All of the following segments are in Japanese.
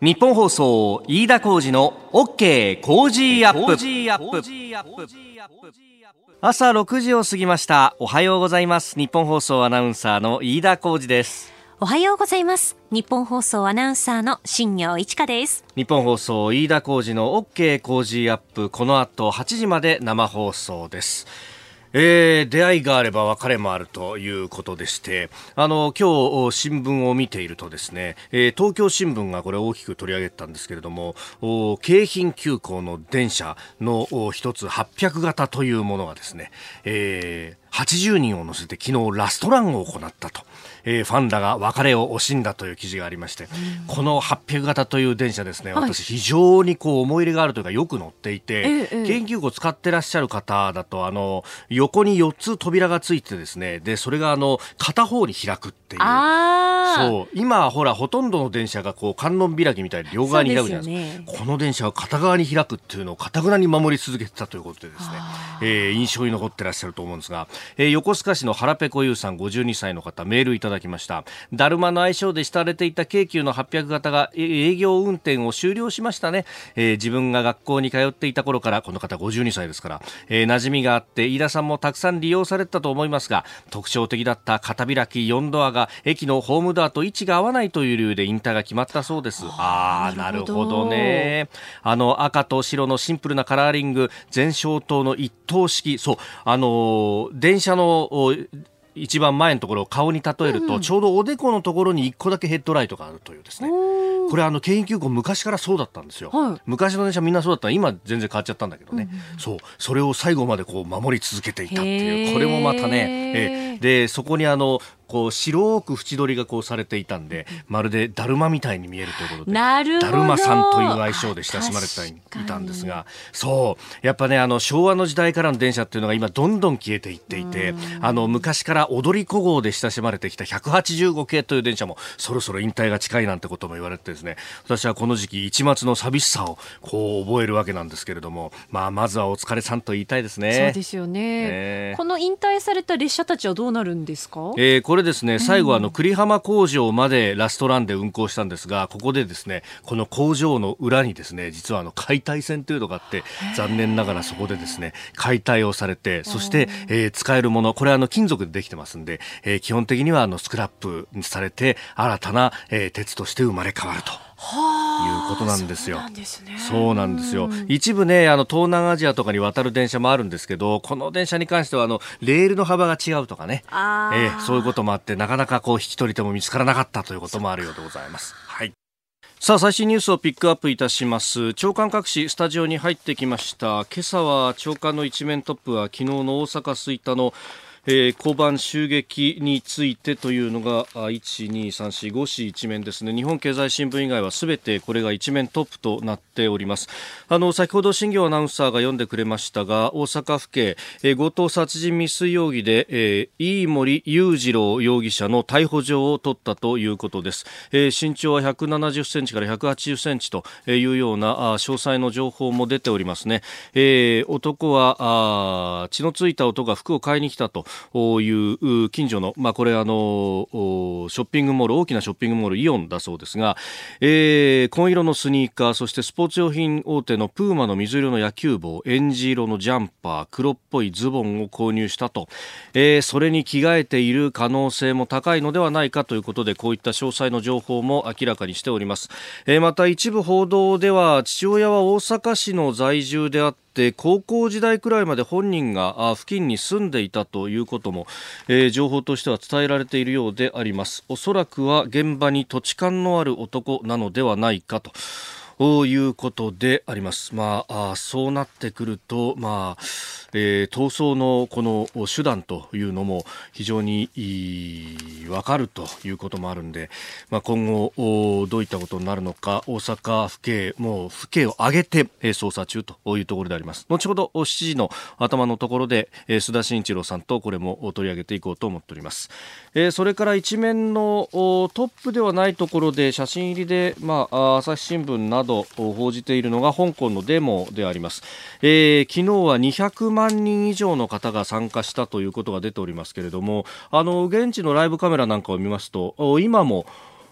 日本放送飯田浩司の OK コージーアップ。朝6時を過ぎました。おはようございます。日本放送アナウンサーの飯田浩司です。 おはようございます。日本放送アナウンサーの新業一華です。 日本放送飯田浩司の OK コージーアップ、この後8時まで生放送です。出会いがあれば別れもあるということでして、今日新聞を見ているとですね、東京新聞がこれ大きく取り上げたんですけれども、京浜急行の電車の一つ800型というものがですね、80人を乗せて昨日ラストランを行ったと、ファンらが別れを惜しんだという記事がありまして、この800型という電車ですね、私非常に思い入れがあるというかよく乗っていて、京浜急行使ってらっしゃる方だと横に4つ扉がついてですね、でそれが片方に開くっていう、そう今ほらほとんどの電車が観音開きみたいに両側に開くじゃないですか。この電車は片側に開くっていうのを堅くなに守り続けてたということでですね、印象に残ってらっしゃると思うんですが、横須賀市の原ペコユーさん52歳の方、メールいただきました。だるまの愛称で知られていた京急の800型が営業運転を終了しましたね。自分が学校に通っていた頃から、この方52歳ですから、馴染みがあって飯田さんもたくさん利用されたと思いますが、特徴的だった片開き4ドアが駅のホームドアと位置が合わないという理由で引退が決まったそうです。なるほどね。赤と白のシンプルなカラーリング、全消灯の一灯式、そう電車の一番前のところを顔に例えると、ちょうどおでこのところに1個だけヘッドライトがあるというですね、これ京浜急行昔からそうだったんですよ、昔の電車みんなそうだった。今全然変わっちゃったんだけどね、それを最後まで守り続けていたっていう、これもまたね、でそこに白く縁取りがされていたんで、まるでだるまみたいに見えるということで、だるまさんという愛称で親しまれていたんですが、そうやっぱね、昭和の時代からの電車っていうのが今どんどん消えていっていて、昔から踊り子号で親しまれてきた185系という電車もそろそろ引退が近いなんてことも言われてですね、私はこの時期一抹の寂しさを覚えるわけなんですけれども、まずはお疲れさんと言いたいですね。 そうですよね、この引退された列車たちはどうなるんですか？ これですね、最後栗浜工場までラストランで運行したんですが、ここでですね、この工場の裏にですね、実は解体線というのがあって、残念ながらそこでですね解体をされて、そして、使えるもの、これ金属でできてますんで、基本的にはスクラップにされて新たな、鉄として生まれ変わるということなんですよ。そうなんですよ。一部ね、東南アジアとかに渡る電車もあるんですけど、この電車に関してはレールの幅が違うとかね、そういうこともあって、なかなか引き取り手も見つからなかったということもあるようでございます。はい。さあ、最新ニュースをピックアップいたします。朝刊各紙スタジオに入ってきました。今朝は朝刊の一面トップは昨日の大阪吹田の交番襲撃についてというのが1,2,3,4,5紙一面ですね。日本経済新聞以外はすべてこれが一面トップとなっております。先ほど新業アナウンサーが読んでくれましたが、大阪府警、強盗殺人未遂容疑で、飯森裕次郎容疑者の逮捕状を取ったということです。身長は170センチから180センチというような詳細の情報も出ておりますね。男は血のついた男が服を買いに来たという近所の、これショッピングモール、大きなショッピングモールイオンだそうですが、紺色のスニーカー、そしてスポーツ用品大手のプーマの水色の野球帽、エンジ色のジャンパー、黒っぽいズボンを購入したと、それに着替えている可能性も高いのではないかということで、こういった詳細の情報も明らかにしております。また一部報道では、父親は大阪市の在住であって、高校時代くらいまで本人が付近に住んでいたということも、情報としては伝えられているようであります。おそらくは現場に土地勘のある男なのではないかということであります。そうなってくると、逃走のこの手段というのも非常に分かるということもあるんで、今後どういったことになるのか、大阪府警も府警を挙げて捜査中というところであります。後ほど7時の頭のところで須田慎一郎さんとこれも取り上げていこうと思っております。それから一面のトップではないところで写真入りで、朝日新聞など報じているのが香港のデモであります。昨日は200万人以上の方が参加したということが出ておりますけれども、現地のライブカメラなんかを見ますと、今も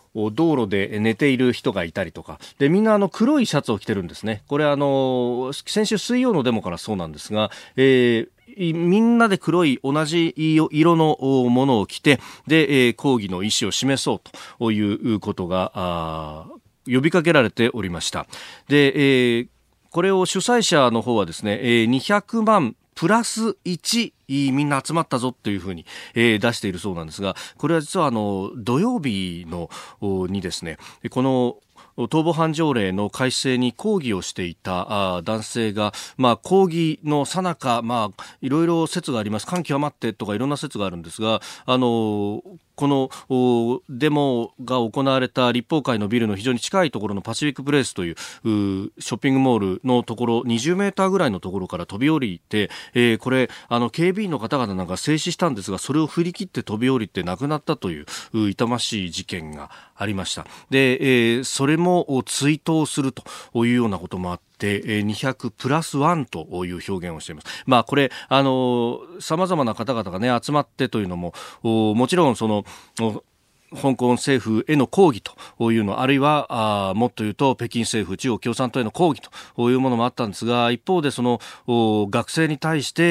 道路で寝ている人がいたりとかで、みんな黒いシャツを着てるんですね。これ先週水曜のデモからそうなんですが、みんなで黒い同じ色のものを着て、で、抗議の意思を示そうということが呼びかけられておりました。で、これを主催者の方はですね、200万プラス1みんな集まったぞというふうに、出しているそうなんですが、これは実は土曜日にですね、この逃亡犯条例の改正に抗議をしていた男性が、抗議の最中、いろいろ説があります。感極まってとかいろんな説があるんですが、このデモが行われた立法会のビルの非常に近いところのパシフィックプレイスというショッピングモールのところ20メーターぐらいのところから飛び降りて、これ警備員の方々なんか静止したんですが、それを振り切って飛び降りて亡くなったという痛ましい事件がありました。で、それも追悼するというようなこともあって200プラス1という表現をしています。これ様々な方々がね集まってというのももちろんその香港政府への抗議というの、あるいはもっと言うと北京政府、中国共産党への抗議というものもあったんですが、一方でその学生に対して、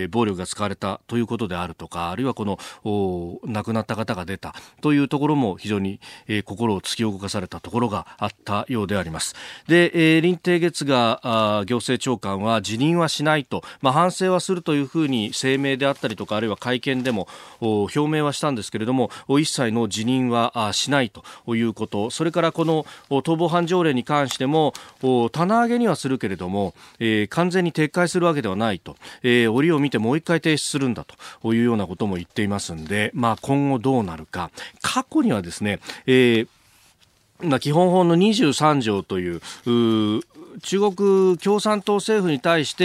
暴力が使われたということであるとか、あるいはこの亡くなった方が出たというところも非常に、心を突き動かされたところがあったようであります。で、林鄭月娥行政長官は辞任はしないと、反省はするというふうに声明であったりとか、あるいは会見でも表明はしたんですけれども、一切の辞任はしないということ、それからこの逃亡犯条例に関しても棚上げにはするけれども、完全に撤回するわけではないと、折を見てもう一回提出するんだというようなことも言っていますので、今後どうなるか。過去にはですね、基本法の23条という中国共産党政府に対して、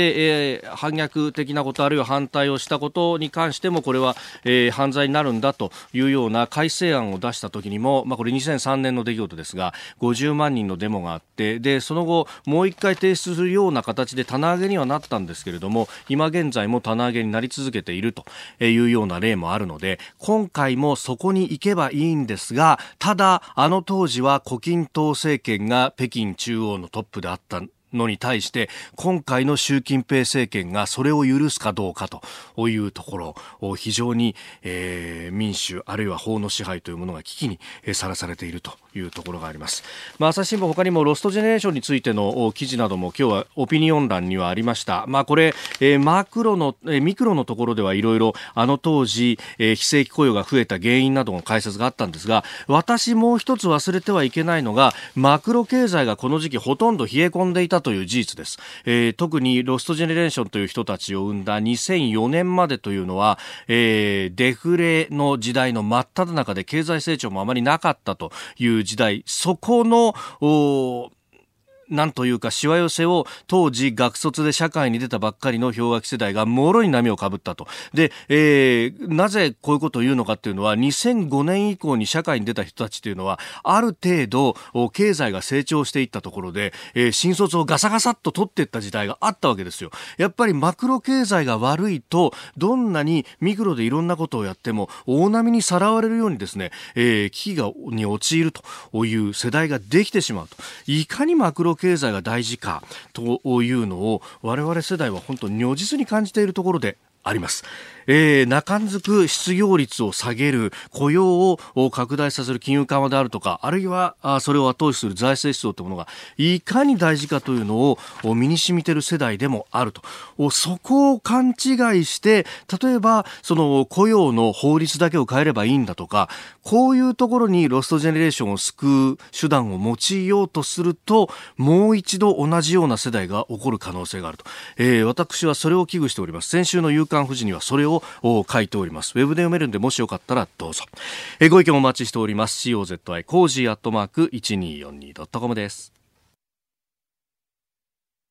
反逆的なこと、あるいは反対をしたことに関してもこれは、犯罪になるんだというような改正案を出した時にも、これ2003年の出来事ですが50万人のデモがあって、でその後もう一回提出するような形で棚上げにはなったんですけれども、今現在も棚上げになり続けているというような例もあるので、今回もそこに行けばいいんですが、ただ当時は胡錦涛政権が北京中央のトップであったのに対して今回の習近平政権がそれを許すかどうかというところ、非常に、民主あるいは法の支配というものが危機にさらされているというところがあります。朝日新聞他にもロストジェネレーションについての記事なども今日はオピニオン欄にはありました。これ、ミクロのところではいろいろ当時、非正規雇用が増えた原因などの解説があったんですが、私もう一つ忘れてはいけないのがマクロ経済がこの時期ほとんど冷え込んでいたという事実です。特にロストジェネレーションという人たちを生んだ2004年までというのは、デフレの時代の真っ只中で経済成長もあまりなかったという時代、そこのなんというかしわ寄せを当時学卒で社会に出たばっかりの氷河期世代がもろに波をかぶったと。で、なぜこういうことを言うのかっていうのは、2005年以降に社会に出た人たちというのはある程度経済が成長していったところで、新卒をガサガサっと取っていった時代があったわけですよ。やっぱりマクロ経済が悪いとどんなにミクロでいろんなことをやっても大波にさらわれるようにですね、危機に陥るという世代ができてしまうと。いかにマクロ経済が大事かというのを我々世代は本当に如実に感じているところであります。中んづく失業率を下げる、雇用を拡大させる金融緩和であるとか、あるいはそれを後押しする財政出動というものがいかに大事かというのを身に染みている世代でもあると。そこを勘違いして、例えばその雇用の法律だけを変えればいいんだとか、こういうところにロストジェネレーションを救う手段を用いようとすると、もう一度同じような世代が起こる可能性があると。私はそれを危惧しております。先週の夕刊フジにはそれを書いております。ウェブで読めるんで、もしよかったらどうぞ。ご意見お待ちしております。COZY コージー@1242.com です。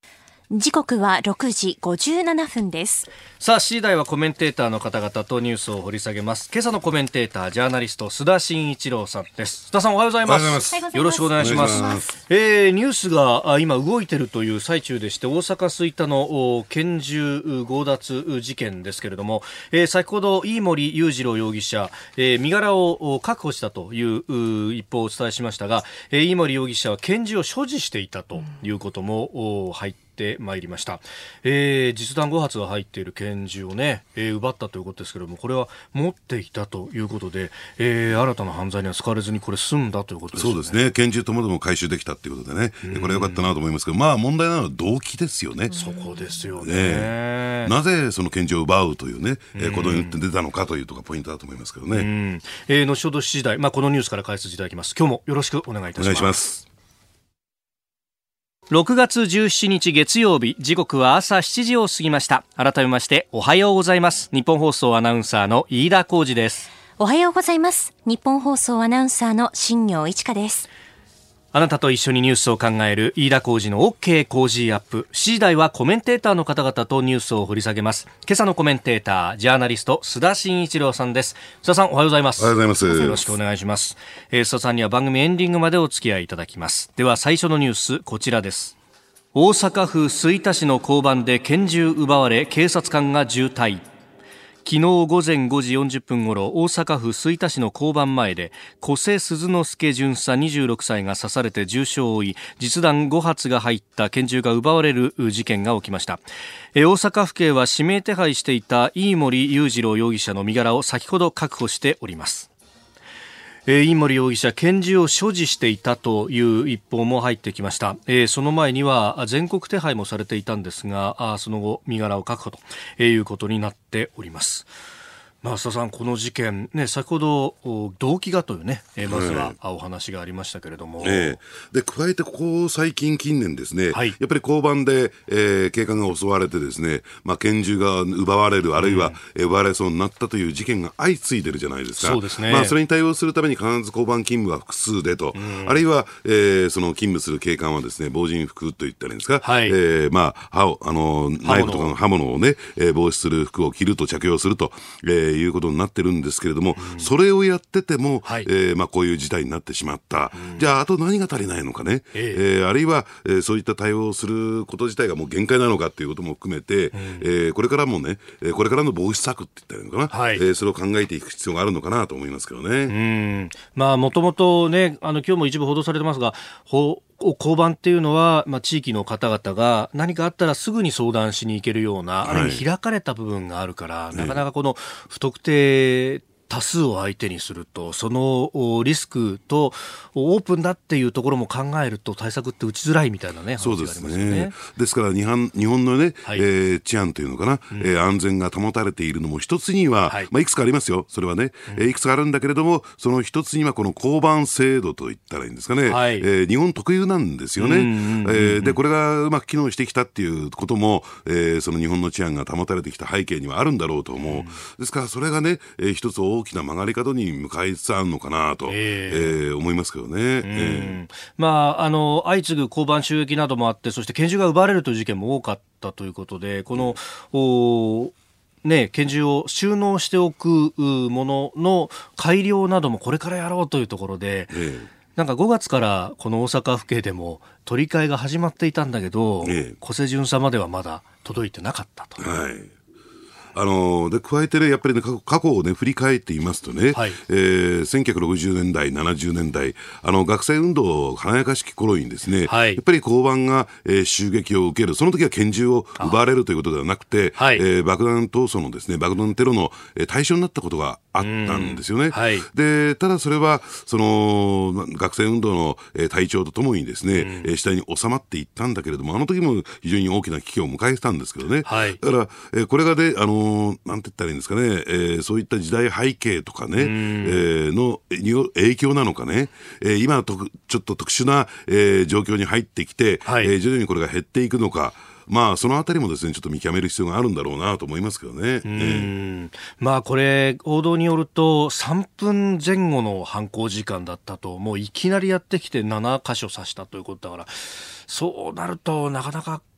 時刻は6時57分です。 さあ、7時台はコメンテーターの方々とニュースを掘り下げます。今朝のコメンテーター、ジャーナリスト須田慎一郎さんです。須田さん、おはようございます。よろしくお願いします。ニュースが今動いているという最中でして、大阪吹田の拳銃強奪事件ですけれども、先ほど飯森裕次郎容疑者、身柄を確保したという一報をお伝えしましたが、飯森容疑者は拳銃を所持していたということも入ってまいりました。実弾5発が入っている拳銃をね、奪ったということですけれども、これは持っていたということで、新たな犯罪には使われずにこれ済んだということですね。 そうですね。拳銃ともども回収できたということでね、これ良かったなと思いますけど、まあ問題なのは動機ですよね。 そこですよね。 なぜその拳銃を奪うというね、ことによって出たのかというところがポイントだと思いますけどね。 後ほど7時台、このニュースから解説いただきます。今日もよろしくお願いいたします。 お願いします。 6月17日月曜日、時刻は朝7時を過ぎました。改めましておはようございます。日本放送アナウンサーの飯田浩司です。 おはようございます。日本放送アナウンサーの新業一華です。 あなたと一緒にニュースを考える飯田浩司の OK 工事アップ。7時台はコメンテーターの方々とニュースを掘り下げます。今朝のコメンテーター、ジャーナリスト須田慎一郎さんです。須田さん、おはようございます。 おはようございます。 よろしくお願いします。須田さんには番組エンディングまでお付き合いいただきます。では最初のニュース、こちらです。大阪府吹田市の交番で拳銃奪われ、警察官が重体。昨日午前5時40分ごろ、大阪府吹田市の交番前で小瀬鈴之助巡査26歳が刺されて重傷を負い、実弾5発が入った拳銃が奪われる事件が起きました。大阪府警は指名手配していた飯森裕次郎容疑者の身柄を先ほど確保しております。飯森容疑者、拳銃を所持していたという一報も入ってきました。その前には全国手配もされていたんですが、その後身柄を確保ということになっております。須田さん、この事件、先ほど動機がというね、まずはお話がありましたけれども、 で加えてここ最近近年ですね、 はい、 やっぱり交番で、警官が襲われてですね、拳銃が奪われる、あるいは、奪われそうになったという事件が相次いでるじゃないですか。 そうですね。 それに対応するために必ず交番勤務は複数でと、あるいは、その勤務する警官はですね、防塵服といったらいいんですか、はい、ナイフとかの刃物をね、防止する服を着ると着用すると、いうことになってるんですけれども、それをやってても、はい、こういう事態になってしまった。じゃあ、あと何が足りないのかね。あるいは、そういった対応をすること自体がもう限界なのかっていうことも含めて、これからもね、これからの防止策って言ったらいいのかな、はい、それを考えていく必要があるのかなと思いますけどね。 もともとね、今日も一部報道されてますが、交番っていうのは、地域の方々が何かあったらすぐに相談しに行けるような、ある意味開かれた部分があるから、なかなかこの不特定多数を相手にすると、そのリスクとオープンだっていうところも考えると対策って打ちづらいみたいなね、話がありますよね。そうですね。 ですから日本のね、はい、治安というのかな、安全が保たれているのも一つには、はい、いくつかありますよ。それはね、いくつかあるんだけれども、その一つにはこの交番制度といったらいいんですかね、はい、日本特有なんですよね。でこれがうまく機能してきたっていうことも、その日本の治安が保たれてきた背景にはあるんだろうと思う。ですからそれがね、一つ大きな曲がり角に向かいつつあるのかなと、思いますけどね。 相次ぐ交番襲撃などもあって、そして拳銃が奪われるという事件も多かったということで、この拳銃を収納しておくものの改良などもこれからやろうというところで、なんか5月からこの大阪府警でも取り替えが始まっていたんだけど、小瀬巡査まではまだ届いてなかったと。 はい。で加えてね、やっぱりね、過去をね振り返っていますとね、はい、1960年代70年代学生運動華やかしき頃にですね、はい、やっぱり交番が、襲撃を受ける。その時は拳銃を奪われるということではなくて、爆弾闘争のですね、爆弾テロの対象になったことがあったんですよね。はい、でただそれはその学生運動の隊長とともにですね、下に収まっていったんだけれども、あの時も非常に大きな危機を迎えてたんですけどね。はい、だから、これがね、なんて言ったらいいんですかね、そういった時代背景とかね、の影響なのかね、今ちょっと特殊な、状況に入ってきて、はい、徐々にこれが減っていくのか、そのあたりもですね、ちょっと見極める必要があるんだろうなと思いますけどね。 これ報道によると3分前後の犯行時間だったと、もういきなりやってきて7箇所刺したということだから、そうなるとなかなか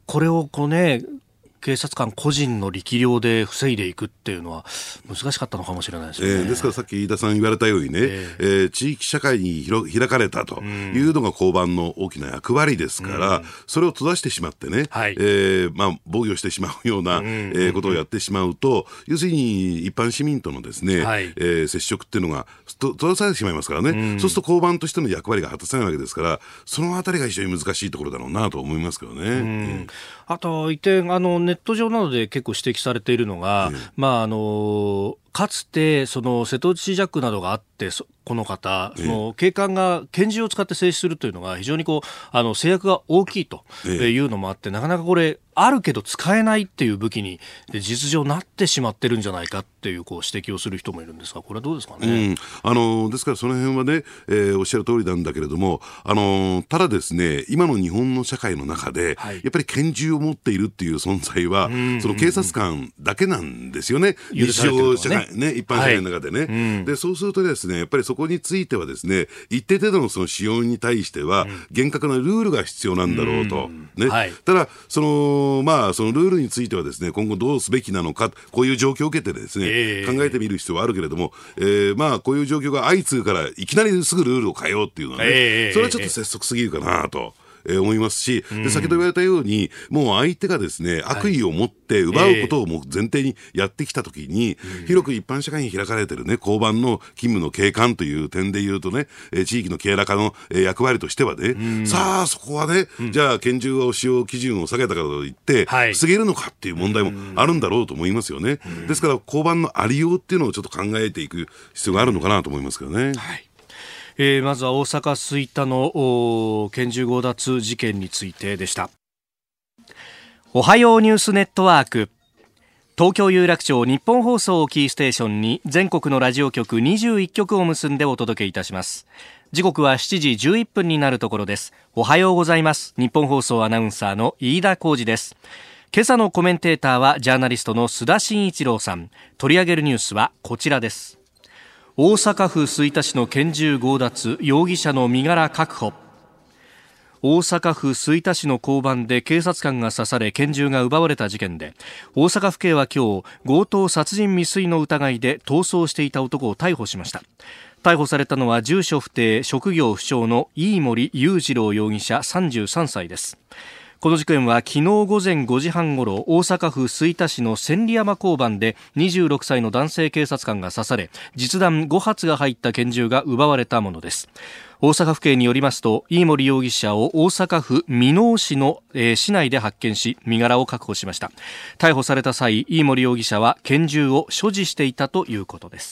これをこうね、警察官個人の力量で防いでいくっていうのは難しかったのかもしれないですね。 ですからさっき飯田さん言われたようにね、地域社会に開かれたというのが交番の大きな役割ですから、それを閉ざしてしまってね、防御してしまうような、ことをやってしまうと、要するに一般市民とのですね、接触っていうのが閉ざされてしまいますからね、そうすると交番としての役割が果たせないわけですから、そのあたりが非常に難しいところだろうなと思いますけどね。 あと一点、ネット上などで結構指摘されているのが、かつてその瀬戸内ジャックなどがあって、この方、その警官が拳銃を使って制止するというのが非常に制約が大きいというのもあって、なかなかこれあるけど使えないっていう武器に実情なってしまってるんじゃないかっていう指摘をする人もいるんですが、これはどうですかね。 ですからその辺はね、おっしゃる通りなんだけれども、ただですね、今の日本の社会の中で、やっぱり拳銃を持っているっていう存在は、その警察官だけなんですよね。日常社会ね、一般社会の中でね、でそうするとですね、やっぱりそこについてはですね、一定程度のその使用に対しては厳格なルールが必要なんだろうと、ただそのルールについてはですね、今後どうすべきなのか、こういう状況を受けてですね、考えてみる必要はあるけれども、こういう状況が相次ぐからいきなりすぐルールを変えようっていうのはね、それはちょっと拙速すぎるかなと思いますし、で先ほど言われたように、もう相手がですね、悪意を持って奪うことをもう前提にやってきたときに、広く一般社会に開かれているね、交番の勤務の警官という点で言うとね、地域の警ら課の役割としてはね、さあそこはね、じゃあ拳銃を使用基準を下げたからといって防げるのかっていう問題もあるんだろうと思いますよね。ですから交番のありようっていうのをちょっと考えていく必要があるのかなと思いますけどね。 まずは大阪吹田の拳銃強奪事件についてでした。おはようニュースネットワーク、東京有楽町日本放送をキーステーションに全国のラジオ局21局を結んでお届けいたします。時刻は7時11分になるところです。おはようございます。日本放送アナウンサーの飯田浩司です。今朝のコメンテーターはジャーナリストの須田慎一郎さん。取り上げるニュースはこちらです。大阪府吹田市の拳銃強奪、容疑者の身柄確保。大阪府吹田市の交番で警察官が刺され拳銃が奪われた事件で、大阪府警は今日、強盗殺人未遂の疑いで逃走していた男を逮捕しました。逮捕されたのは住所不定職業不詳の飯森裕次郎容疑者33歳です。この事件は昨日午前5時半ごろ、大阪府吹田市の千里山交番で26歳の男性警察官が刺され、実弾5発が入った拳銃が奪われたものです。大阪府警によりますと、飯森容疑者を大阪府箕面市の、市内で発見し、身柄を確保しました。逮捕された際、飯森容疑者は拳銃を所持していたということです。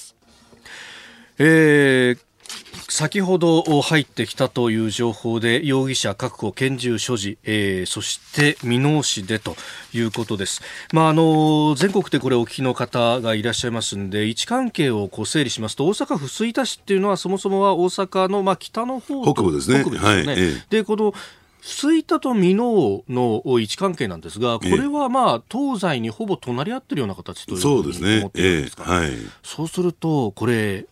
先ほど入ってきたという情報で、容疑者確保、拳銃所持、そして箕面市でということです。全国でこれお聞きの方がいらっしゃいますので、位置関係を整理しますと、大阪府吹田市っていうのはそもそもは大阪の北の方と北部ですね。 北部ですよね。でこの吹田と箕面の位置関係なんですが、これは東西にほぼ隣り合っているような形というふうに思っているんですか。そうするとこれ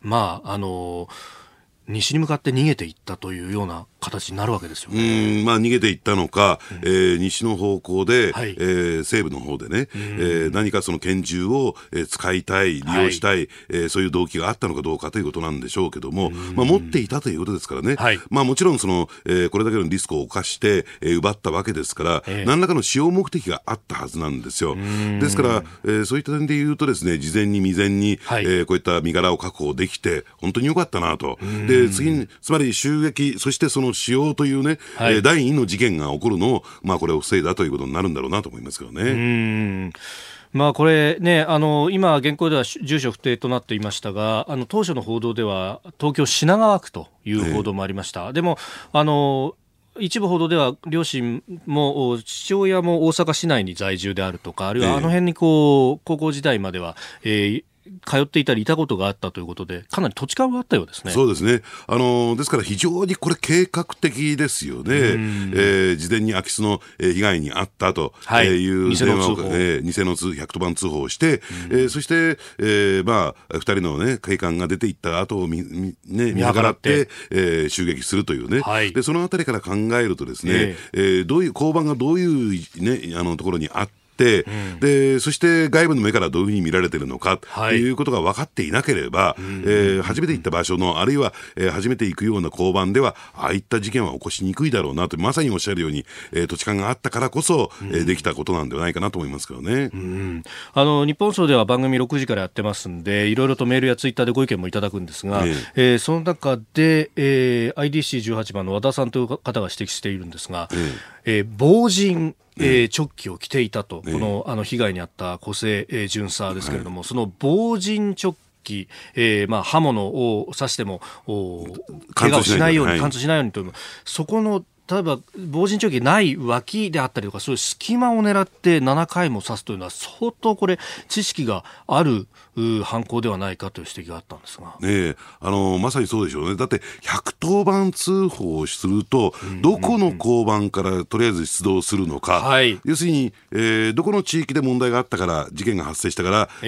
西に向かって逃げていったというような形になるわけですよね。 逃げていったのか、西の方向で、西部の方でね、何かその拳銃を、使いたい、利用したい、そういう動機があったのかどうかということなんでしょうけども、持っていたということですからね、もちろんその、これだけのリスクを冒して、奪ったわけですから、何らかの使用目的があったはずなんですよ。ですから、そういった点で言うとですね、事前に未然に、こういった身柄を確保できて本当に良かったなと。で次につまり襲撃、そしてその使用というね、第2の事件が起こるのを、これを防いだということになるんだろうなと思いますけどね。 これね、今現行では住所不定となっていましたが、当初の報道では東京品川区という報道もありました。でも一部報道では両親も父親も大阪市内に在住であるとか、あるいはあの辺に高校時代までは、 通っていたりいたことがあったということで、かなり土地勘があったようですね。 そうですね。ですから非常にこれ計画的ですよね。事前に空き巣の被害に遭ったという電話を、偽の110番通報をして、そして、2人の、ね、警官が出ていった後を見計らって、襲撃するというね、でそのあたりから考えるとですね、どういう交番がどういう、ね、ところにあってでそして外部の目からどういうふうに見られているのかということが分かっていなければ、初めて行った場所のあるいは、初めて行くような交番ではああいった事件は起こしにくいだろうなと、まさにおっしゃるように、土地勘があったからこそ、できたことなんではないかなと思いますけどね。 日本放送では番組6時からやってますんで、いろいろとメールやツイッターでご意見もいただくんですが、その中で、IDC18 番の和田さんという方が指摘しているんですが、防塵チョッキを着ていたと、この被害に遭った古瀬巡査ですけれども、その防塵チョッキ、刃物を刺しても怪我をしないように、貫通しないようにという、そこの例えば防塵チョッキない脇であったりとか、そういう隙間を狙って7回も刺すというのは相当これ知識がある犯行ではないかという指摘があったんですが、 まさにそうでしょうね。だって110番通報をすると、どこの交番からとりあえず出動するのか、要するに、どこの地域で問題があったから事件が発生したから、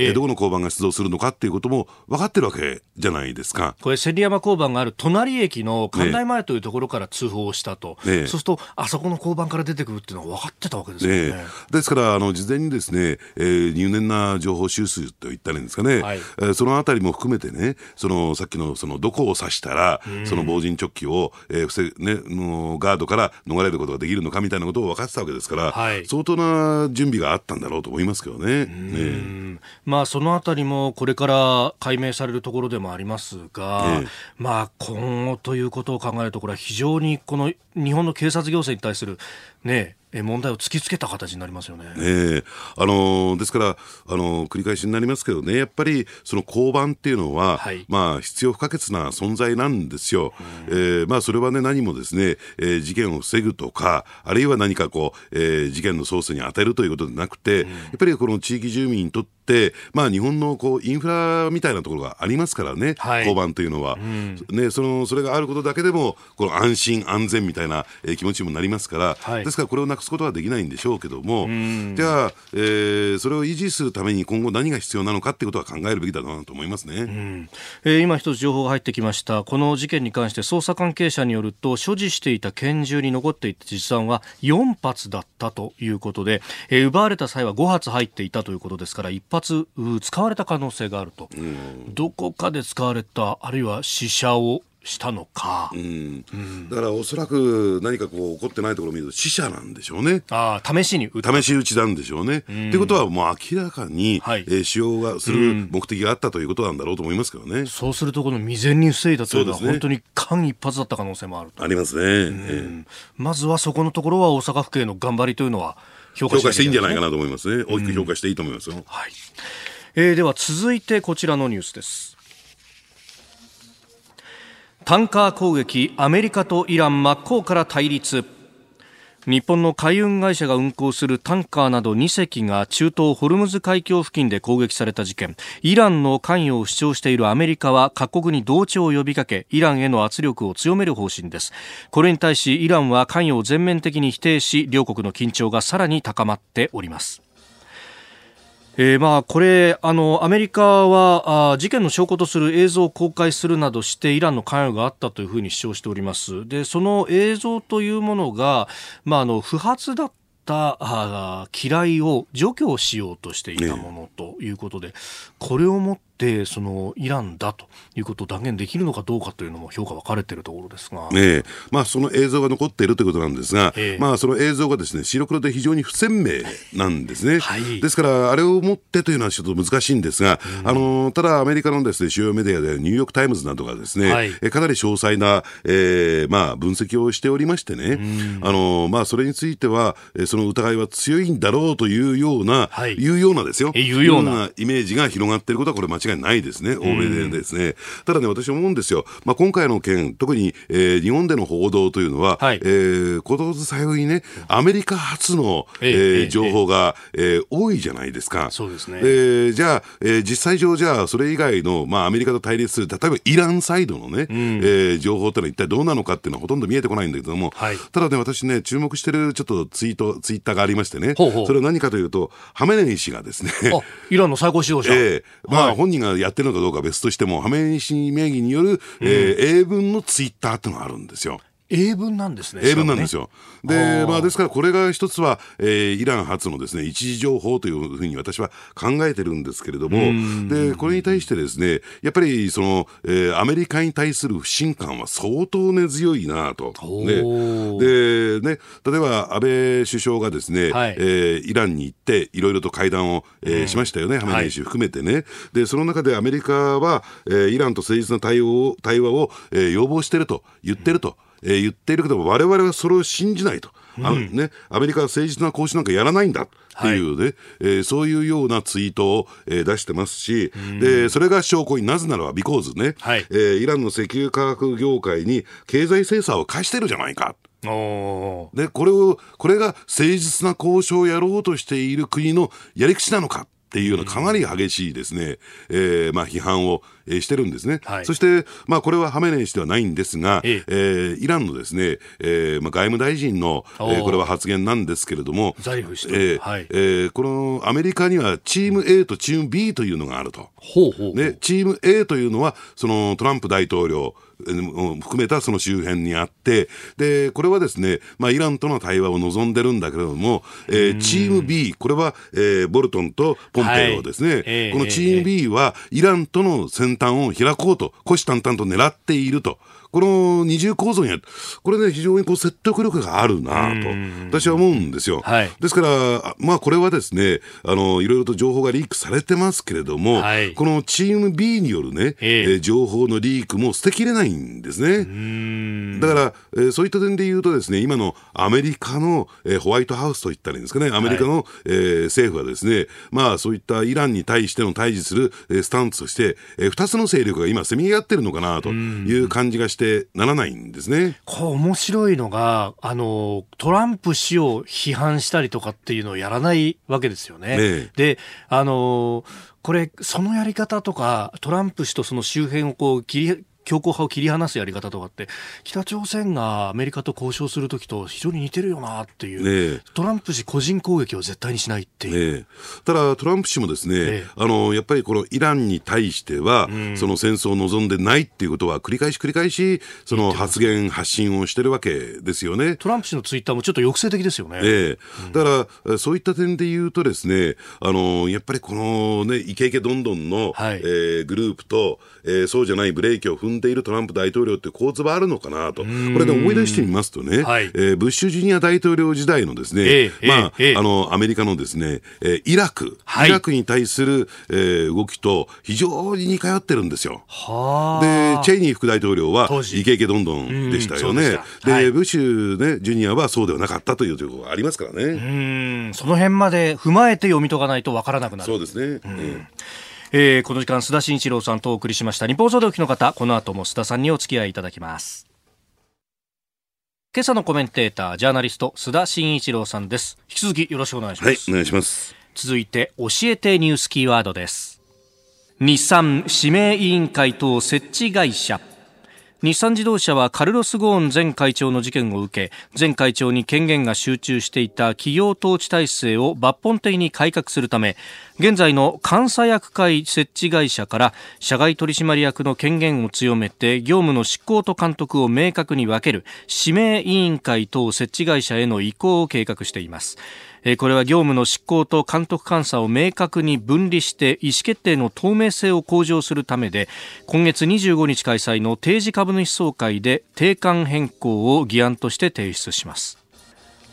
どこの交番が出動するのかっていうことも分かってるわけじゃないですか。 これ千里山交番がある隣駅の関内前というところから通報をしたと、そうするとあそこの交番から出てくるっていうのは分かってたわけですよね。 ですから事前にですね、入念な情報収集といったらいいんですかね、そのあたりも含めてね、さっきのどこを指したら、その防塵チョッキを、ガードから逃れることができるのかみたいなことを分かってたわけですから、相当な準備があったんだろうと思いますけどね。 そのあたりもこれから解明されるところでもありますが、今後ということを考えると、これは非常にこの日本の警察行政に対する問題を突きつけた形になりますよね。 ですから繰り返しになりますけどね、やっぱりその交番っていうのは、必要不可欠な存在なんですよ。それはね、何もですね、事件を防ぐとか、あるいは何か事件の捜査に当てるということでなくて、やっぱりこの地域住民にとって日本のインフラみたいなところがありますからね、交番というのは、それがあることだけでもこの安心安全みたいな気持ちにもなりますから、ですからこれをなくすことはできないんでしょうけども、じゃあ、それを維持するために今後何が必要なのかっていうことは考えるべきだなと思いますね。 今一つ情報が入ってきました。この事件に関して捜査関係者によると、所持していた拳銃に残っていた実弾は4発だったということで、奪われた際は5発入っていたということですから、1発使われた可能性があると、どこかで使われた、あるいは試射をしたのか、 だからおそらく何か起こってないところを見ると死者なんでしょうね。 試し撃ちなんでしょうね。ということはもう明らかに、使用がする目的があったということなんだろうと思いますけどね。 そうするとこの未然に防いだというのは、本当に間一髪だった可能性もあると。 ありますね。 まずはそこのところは大阪府警の頑張りというのは評価していいんじゃないかなと思いますね。大きく評価していいと思いますよ。 では続いてこちらのニュースです。タンカー攻撃、アメリカとイラン真っ向から対立。日本の海運会社が運航するタンカーなど2隻が中東ホルムズ海峡付近で攻撃された事件、イランの関与を主張しているアメリカは各国に同調を呼びかけ、イランへの圧力を強める方針です。これに対しイランは関与を全面的に否定し、両国の緊張がさらに高まっております。これアメリカは事件の証拠とする映像を公開するなどしてイランの関与があったというふうに主張しております。で、その映像というものが、不発だった機雷を除去しようとしていたものということで、これをもってそのイランだということを断言できるのかどうかというのも評価分かれているところですが、 その映像が残っているということなんですが、その映像がですね、白黒で非常に不鮮明なんですね。ですからあれをもってというのはちょっと難しいんですが、ただアメリカのですね、主要メディアでニューヨークタイムズなどがですね、かなり詳細な、分析をしておりましてね、それについてはその疑いは強いんだろうというような、ですよ、いうようなイメージが広がっていることはこれ間違違いないですね、欧米でですね。ただね、私思うんですよ、今回の件、特に、日本での報道というのは、ことずさよいね、アメリカ発の、情報が、多いじゃないですか。 そうですね。 じゃあ、実際上、じゃあそれ以外の、アメリカと対立する、例えばイランサイドのね、情報というのは一体どうなのかっていうのはほとんど見えてこないんだけども、ただね、私ね、注目してるちょっとツイッターがありましてね、それは何かというと、ハメネイ師がですね、 イランの最高指導者、 本人がやってるのかどうかは別としても、ハメネイ師名義による、英文のツイッターっていうのがあるんですよ。 英文なんですね。 英文なんですよ。で、ですからこれが一つは、イラン発のですね、一時情報というふうに私は考えてるんですけれども、で、これに対してですね、やっぱりその、アメリカに対する不信感は相当根強いなと。で、ね、例えば安倍首相がですね、イランに行っていろいろと会談を、しましたよね、ハメネイ師含めてね。で、その中でアメリカは、イランと誠実な対話を、要望していると言ってると。言っているけども、我々はそれを信じないと、アメリカは誠実な交渉なんかやらないんだっていうね、そういうようなツイートを、出してますし、でそれが証拠に、なぜならばビコーズね、イランの石油化学業界に経済制裁を課してるじゃないか。でこれが誠実な交渉をやろうとしている国のやり口なのかっていうようなかなり激しいですね、批判をしてるんですね。そして、これはハメネイ師ではないんですが、イランのですね、外務大臣の、これは発言なんですけれども、 ザリフ氏と、 このアメリカにはチーム A とチーム B というのがあると。ね、チーム A というのはそのトランプ大統領含めたその周辺にあって、でこれはですね、イランとの対話を望んでるんだけれども、チーム B、これは、ボルトンとポンペイオですね、このチーム B はイランとの先端を開こうと虎視眈々と狙っていると。この二重構造にある、これね、非常に説得力があるなと私は思うんですよ。ですから、これはですね、いろいろと情報がリークされてますけれども、このチーム B によるね、情報のリークも捨てきれないんですね。だから、そういった点で言うとですね、今のアメリカの、ホワイトハウスといったらいいんですかね、アメリカの、政府はですね、そういったイランに対しての対峙する、スタンスとして、2つの勢力が今せめぎ合ってるのかなという感じがしてならないんですね。 面白いのがトランプ氏を批判したりとかっていうのをやらないわけですよね。でこれそのやり方とか、トランプ氏とその周辺を強硬派を切り離すやり方とかって、北朝鮮がアメリカと交渉するときと非常に似てるよなっていう、トランプ氏個人攻撃を絶対にしないっていう、 ただトランプ氏もですね、やっぱりこのイランに対しては、その戦争を望んでないっていうことは繰り返しその発信をしてるわけですよね。 トランプ氏のツイッターもちょっと抑制的ですよね。 だからそういった点で言うとですね、やっぱりこのね、イケイケどんどんの、グループと、そうじゃないブレーキを踏んでいるトランプ大統領って構図はあるのかなと。これで思い出してみますとね、ブッシュジュニア大統領時代のですね、アメリカのですね、イラクに対する、動きと非常に似通ってるんですよ。でチェイニー副大統領はイケイケどんどんでしたよね。でブッシュ、ね、ジュニアはそうではなかったというところがありますからね。 その辺まで踏まえて読み解かないとわからなくなる。 そうですね。 この時間、須田慎一郎さんとお送りしました。日本放送でお聞きの方、この後も須田さんにお付き合いいただきます。今朝のコメンテーター、ジャーナリスト須田慎一郎さんです。引き続きよろしくお願いします。 お願いします。 続いて教えてニュースキーワードです。日産指名委員会等設置会社。日産自動車はカルロス・ゴーン前会長の事件を受け、前会長に権限が集中していた企業統治体制を抜本的に改革するため、現在の監査役会設置会社から社外取締役の権限を強めて業務の執行と監督を明確に分ける指名委員会等設置会社への移行を計画しています。これは業務の執行と監督監査を明確に分離して意思決定の透明性を向上するためで、今月25日開催の定時株主総会で定款変更を議案として提出します。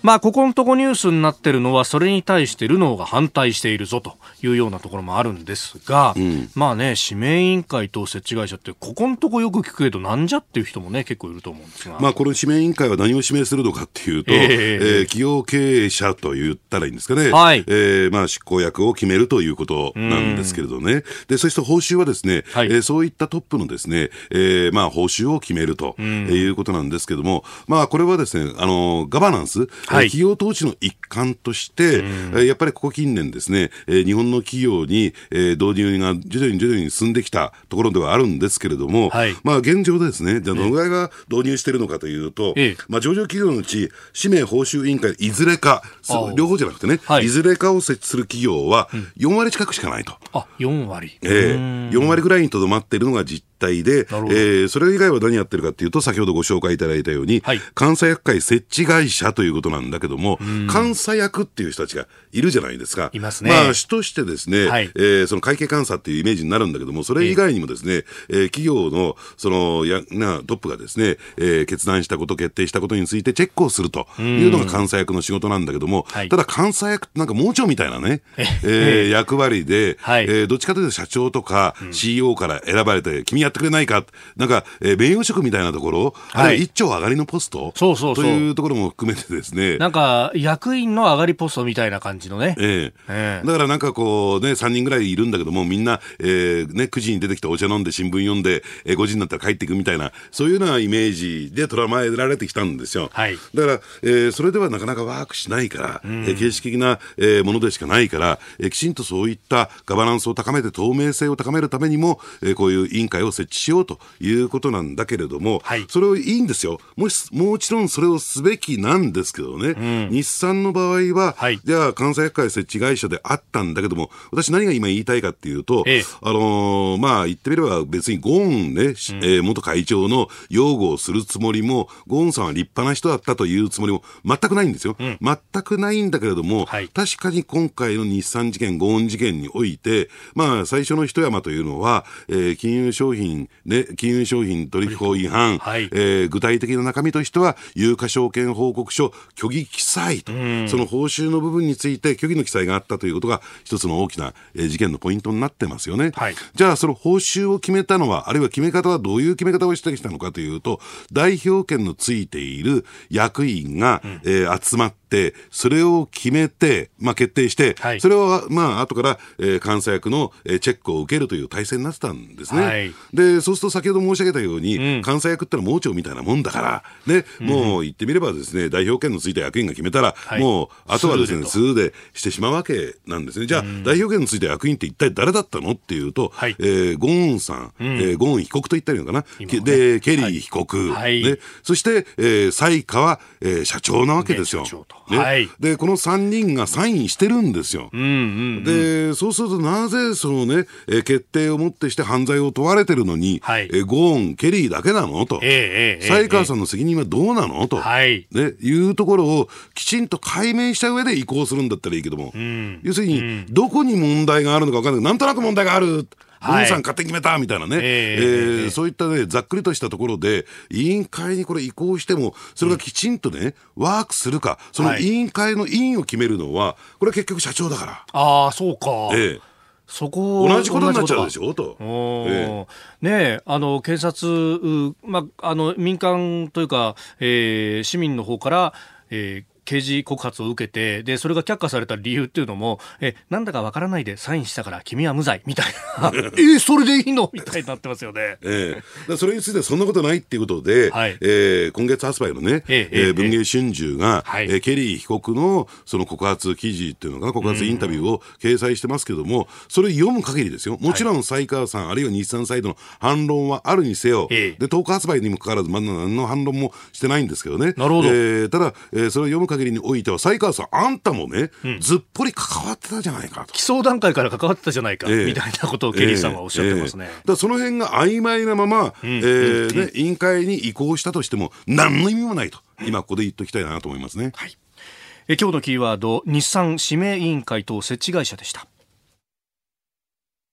ここのとこニュースになってるのはそれに対してルノーが反対しているぞというようなところもあるんですが、指名委員会と設置会社ってここのとこよく聞くけどなんじゃっていう人もね結構いると思うんですが、 この指名委員会は何を指名するのかっていうと、企業経営者と言ったらいいんですかね、執行役を決めるということなんですけれどね。でそして報酬はですね、そういったトップのですね、報酬を決めるということなんですけども、これはですねガバナンス、企業統治の一環として、やっぱりここ近年ですね、日本の企業に、導入が徐々に進んできたところではあるんですけれども、現状でですね、じゃあどのぐらいが導入しているのかというと、上場企業のうち指名報酬委員会いずれか、両方じゃなくてね、いずれかを設置する企業は4割近くしかないと。 4割、 4割ぐらいにとどまっているのが実態で、それ以外は何やってるかというと、先ほどご紹介いただいたように、監査役会設置会社ということなんだけども、監査役っていう人たちがいるじゃないですか。 いますね。 主としてですね、その会計監査っていうイメージになるんだけども、それ以外にもですね、企業のそのトップがですね、決断したこと、決定したことについてチェックをするというのが監査役の仕事なんだけども、ただ監査役ってなんか盲腸みたいなね、役割で、どっちかというと社長とか CEO から選ばれて、君やってくれないか、なんか、名誉職みたいなところ、あるいは一丁上がりのポストというところも含めてですね、 なんか役員の上がりポストみたいな感じのね、 だからなんかこうね、3人ぐらいいるんだけども、みんな、9時に出てきてお茶飲んで新聞読んで、5時になったら帰っていくみたいな、そういうようなイメージで捉えられてきたんですよ。だから、それではなかなかワークしないから、形式的な、ものでしかないから、きちんとそういったガバナンスを高めて透明性を高めるためにも、こういう委員会を設置しようということなんだけれども、それをいいんですよ。もちろんそれをすべきなんですけどね、日産の場合は、じゃあ監査役会設置会社であったんだけども、私何が今言いたいかっていうと、言ってみれば別にゴーンね、元会長の擁護をするつもりも、ゴーンさんは立派な人だったというつもりも全くないんですよ。全くないんだけれども、確かに今回の日産事件、ゴーン事件において、最初の一山というのは、金融商品取引法違反、具体的な中身としては有価証券報告書虚偽記載と、その報酬の部分について虚偽の記載があったということが一つの大きな、事件のポイントになってますよね。じゃあその報酬を決めたのは、あるいは決め方はどういう決め方をしてきたのかというと、代表権のついている役員が、集まってそれを決めて、決定して、それを後から、監査役の、チェックを受けるという体制になってたんですね。でそうすると先ほど申し上げたように、監査役ってのは盲腸みたいなもんだから、ね、もう言ってみればですね、代表権のついた役員が決めたら、もうあとはですね、数でしてしまうわけなんですね。じゃあ、代表権のついた役員って一体誰だったのっていうと、ゴーンさん、ゴーン被告と言ったらいいのかな、でケリー被告、そして、才川、社長なわけですよ。でこの3人がサインしてるんですよ。でそうするとなぜそのね、決定をもってして犯罪を問われてるのに、ゴーンケリーだけなのと、才川さんの責任はどうなのと、いうところをきちんと解明した上で移行するんだったらいいけども、要するにどこに問題があるのか分からない、なんとなく問題がある、ゴーンさん勝手に決めたみたいなね、そういったねざっくりとしたところで委員会にこれ移行しても、それがきちんとね、ワークするか、その委員会の委員を決めるのはこれは結局社長だから。 そうか、そこ同じことになっちゃうでしょと。 検察、民間というか、市民の方から、刑事告発を受けて、でそれが却下された理由っていうのも、なんだかわからないでサインしたから君は無罪みたいなそれでいいのみたいになってますよね。 それについてはそんなことないっていうことで、今月発売のね、文藝春秋が、ケリー被告のその告発記事っていうのが、告発インタビューを掲載してますけども、それ読む限りですよ、もちろん才川さん、あるいは日産サイドの反論はあるにせよ、で10日発売にもかかわらずまだ何の反論もしてないんですけどね。 なるほど。 ただ、それを読む限りにおいては、才川さんあんたもね、ずっぽり関わってたじゃないかと、 起訴段階から関わってたじゃないか、みたいなことをケリーさんはおっしゃってますね。 だからその辺が曖昧なまま、委員会に移行したとしても何の意味もないと、今ここで言っておきたいなと思いますね。 今日のキーワード、日産指名委員会等設置会社でした。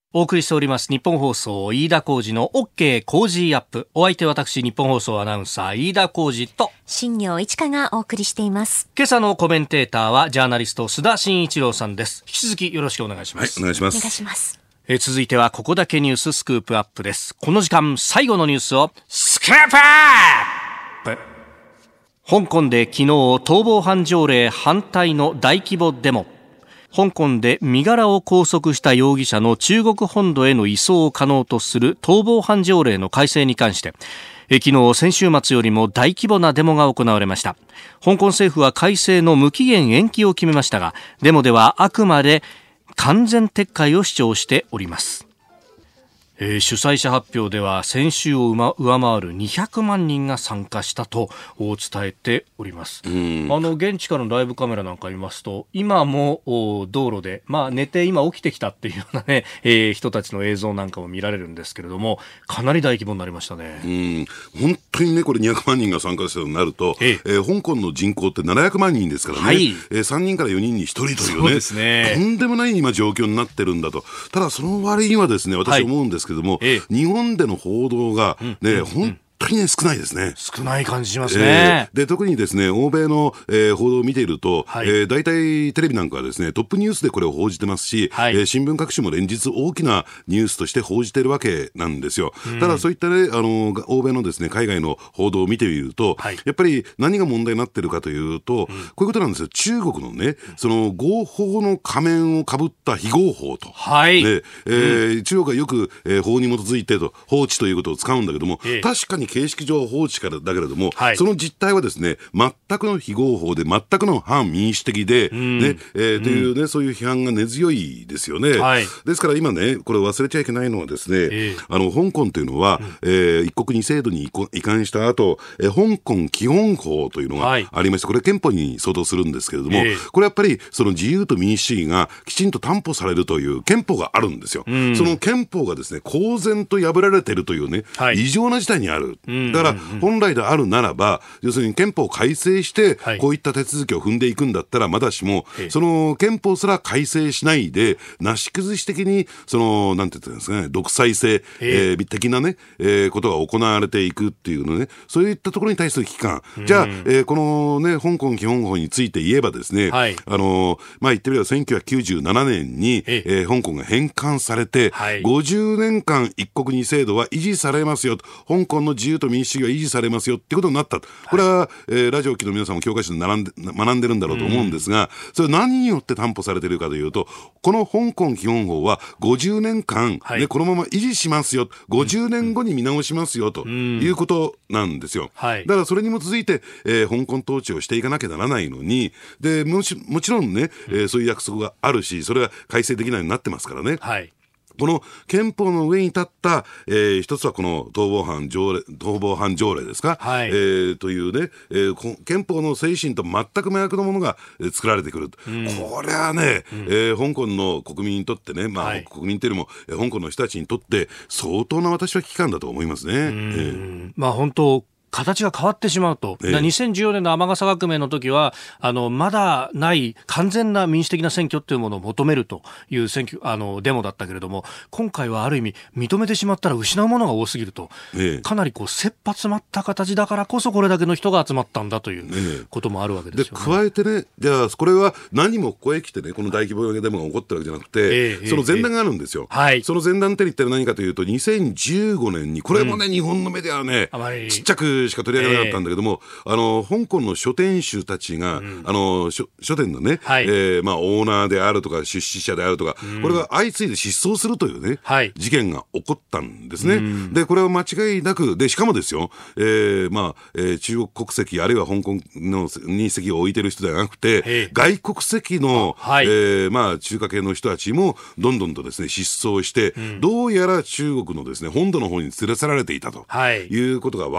お送りしております日本放送飯田浩司の OK 工事アップ。お相手私日本放送アナウンサー飯田浩司と新業一華がお送りしています。 今朝のコメンテーターはジャーナリスト須田慎一郎さんです。引き続きよろしくお願いします。 はい、お願いします。 お願いします。 続いてはここだけニューススクープアップです。この時間最後のニュースをスクープアップ。香港で昨日逃亡犯条例反対の大規模デモ。香港で身柄を拘束した容疑者の中国本土への移送を可能とする逃亡犯条例の改正に関して昨日先週末よりも大規模なデモが行われました。香港政府は改正の無期限延期を決めましたが、デモではあくまで完全撤回を主張しております。主催者発表では先週を上回る200万人が参加したと伝えております。現地からのライブカメラなんか見ますと、今も道路で、寝て今起きてきたっていうようなね、人たちの映像なんかも見られるんですけれども、かなり大規模になりましたね。 本当にね、これ200万人が参加したとなると、香港の人口って700万人ですからね、3人から4人に1人というね、 そうですね、 とんでもない今状況になってるんだと。ただその割にはですね、私思うんですけども、日本での報道がね、本当にね、少ないですね。 少ない感じしますね。 で、特にですね、欧米の、報道を見ていると、大体テレビなんかはですね、トップニュースでこれを報じてますし、新聞各種も連日大きなニュースとして報じているわけなんですよ。ただそういったね、欧米のですね、海外の報道を見てみると、やっぱり何が問題になっているかというと、こういうことなんですよ。中国のね、その合法の仮面をかぶった非合法と。中国はよく、法に基づいてと、法治ということを使うんだけども、確かに形式上法治からだけれども、その実態はですね、全くの非合法で全くの反民主的で、というね、そういう批判が根強いですよね。ですから今ね、これ忘れちゃいけないのはですね、香港というのは、一国二制度に移管した後、香港基本法というのがありまして、これ憲法に相当するんですけれども、これやっぱりその自由と民主主義がきちんと担保されるという憲法があるんですよ。その憲法がですね、公然と破られているというね、異常な事態にある。だから本来であるならば、要するに憲法を改正してこういった手続きを踏んでいくんだったらまだしも、その憲法すら改正しないでなし崩し的にそのなんて言ったんですかね、独裁制、的なね、ことが行われていくっていうのね、そういったところに対する危機感。じゃあ、このね、香港基本法について言えばですね、言ってみれば1997年に、香港が返還されて、50年間一国二制度は維持されますよと、香港の自由と民主主義は維持されますよってことになった。これは、ラジオ機の皆さんも教科書で学んでるんだろうと思うんですが、それは何によって担保されているかというと、この香港基本法は50年間、このまま維持しますよ、50年後に見直しますよということなんですよ。だからそれに基づいて、香港統治をしていかなきゃならないのに、で もちろんね、そういう約束があるし、それは改正できないようになってますからね。この憲法の上に立った、一つはこの逃亡犯条例ですか、というね、憲法の精神と全く真逆のものが作られてくる。これはね、香港の国民にとってね、国民というよりも、香港の人たちにとって相当な私は危機感だと思いますね。 本当形が変わってしまうと、2014年の雨傘革命の時はまだない完全な民主的な選挙というものを求めるというデモだったけれども、今回はある意味認めてしまったら失うものが多すぎると、かなり切羽詰まった形だからこそこれだけの人が集まったんだということもあるわけですよね。 で加えてね、じゃあこれは何もここへ来てね、この大規模デモが起こってるわけじゃなくて、その前段があるんですよ。その前段って言ったら何かというと、2015年にこれもね、日本のメディアはね、ちっちゃくしか取り上げなかったんだけども、香港の書店主たちが、書店のね、オーナーであるとか出資者であるとか、これが相次いで失踪するというね、事件が起こったんですね。でこれは間違いなくで、しかもですよ、中国国籍あるいは香港のに籍を置いてる人ではなくて、外国籍の、中華系の人たちもどんどんとですね失踪して、どうやら中国のですね本土の方に連れ去られていたということが分かってきた。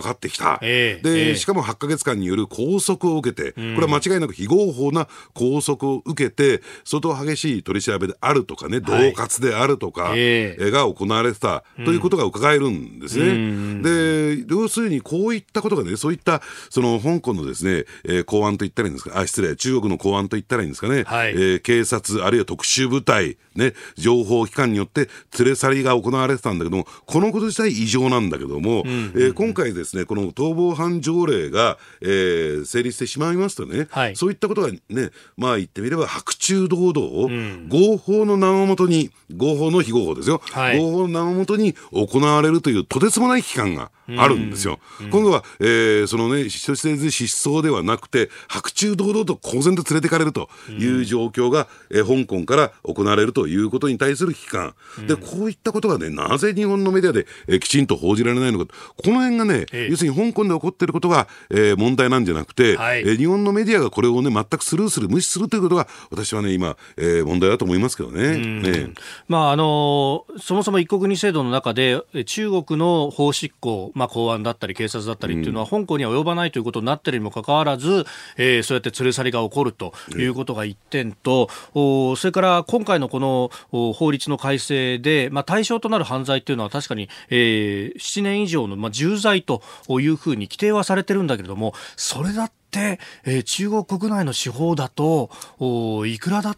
た、でしかも8ヶ月間による拘束を受けて、これは間違いなく非合法な拘束を受けて、相当激しい取り調べであるとかね、恫喝であるとか、が行われてたということが伺えるんですね。で要するにこういったことがね、そういったその香港のですね、公安と言ったらいいんですか、失礼、中国の公安と言ったらいいんですかね、警察あるいは特殊部隊、ね、情報機関によって連れ去りが行われてたんだけども、このこと自体異常なんだけども、今回ですね、この逃亡犯条例が、成立してしまいますとね、そういったことがね、まあ言ってみれば白昼堂々を合法の名をもとに、合法の非合法ですよ、合法の名をもとに行われるというとてつもない期間があるんですよ。今度は、そのね、人知れず失踪ではなくて、白昼堂々と公然と連れてかれるという状況が、香港から行われるということに対する危機感、でこういったことがね、なぜ日本のメディアで、きちんと報じられないのか、この辺がね、要するに香港で起こっていることが、問題なんじゃなくて、日本のメディアがこれをね、全くスルーする、無視するということが、私はね、今、問題だと思いますけどね。 まあそもそも一国二制度の中で中国の法執行、公安だったり警察だったりっていうのは香港には及ばないということになっているにもかかわらず、そうやって連れ去りが起こるということが一点と、それから今回のこの法律の改正で、対象となる犯罪っていうのは確かに、7年以上の、重罪というふうに規定はされてるんだけれども、それだって中国国内の司法だといくらだって、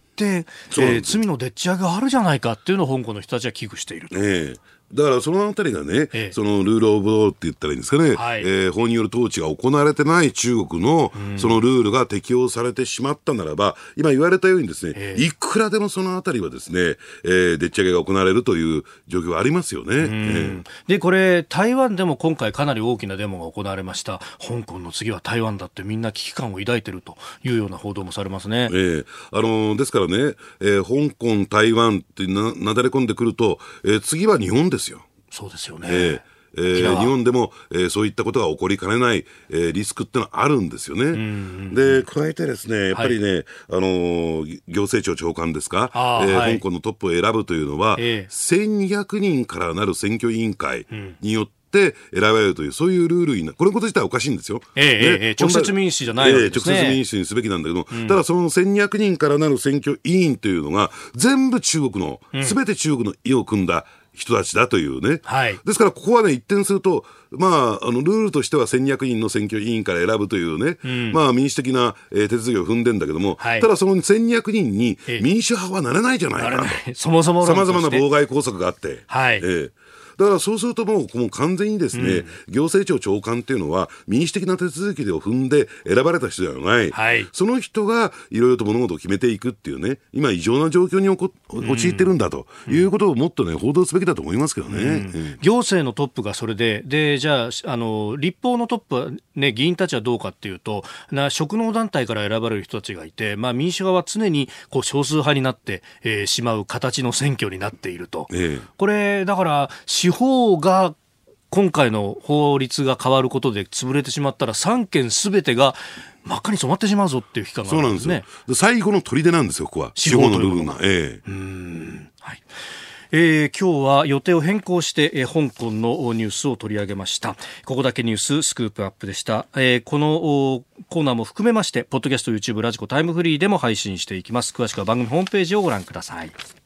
罪のでっち上げがあるじゃないかっていうのを香港の人たちは危惧していると。 だからそのあたりがね、そのルールオブローって言ったらいいんですかね、法による統治が行われてない中国のそのルールが適用されてしまったならば、今言われたようにですね、いくらでもそのあたりはですね、でっち上げが行われるという状況がありますよね。 でこれ台湾でも今回かなり大きなデモが行われました。香港の次は台湾だってみんな危機感を抱いているというような報道もされますね。 ですからね、香港台湾ってなだれ込んでくると、次は日本ですよ。 そうですよね。 日本でも、そういったことが起こりかねない、リスクってのはあるんですよね。で加えてですね、やっぱりね、行政庁長官ですか、香港のトップを選ぶというのは、1200人からなる選挙委員会によって選ばれるという、そういうルールにこれこと自体はおかしいんですよ。 直接民主じゃないわけですね。 直接民主にすべきなんだけど、ただその1200人からなる選挙委員というのが全部中国の、全て中国の意を組んだ人たちだというね、ですからここはね、一転すると、ルールとしては1200人の選挙委員から選ぶというね、民主的な、手続きを踏んでんだけども、ただその1200人に民主派はならないじゃないかなと、 そもそも様々な妨害工作があって、だからそうするともう完全にですね、行政庁長官っていうのは民主的な手続きを踏んで選ばれた人ではない、その人がいろいろと物事を決めていくっていうね、今異常な状況に陥ってるんだということをもっとね、報道すべきだと思いますけどね。 行政のトップがそれでじゃあ、立法のトップは、ね、議員たちはどうかっていうと、職能団体から選ばれる人たちがいて、民主派は常に少数派になって、しまう形の選挙になっていると、これだから司法が今回の法律が変わることで潰れてしまったら3件すべてが真っ赤に染まってしまうぞっていう期間があるんですね。そうなんですよ。最後の砦なんですよ、ここは司法の部分が。 今日は予定を変更して、香港のニュースを取り上げました。ここだけニューススクープアップでした。このコーナーも含めましてポッドキャスト、YouTube、ラジコ、タイムフリーでも配信していきます。詳しくは番組ホームページをご覧ください。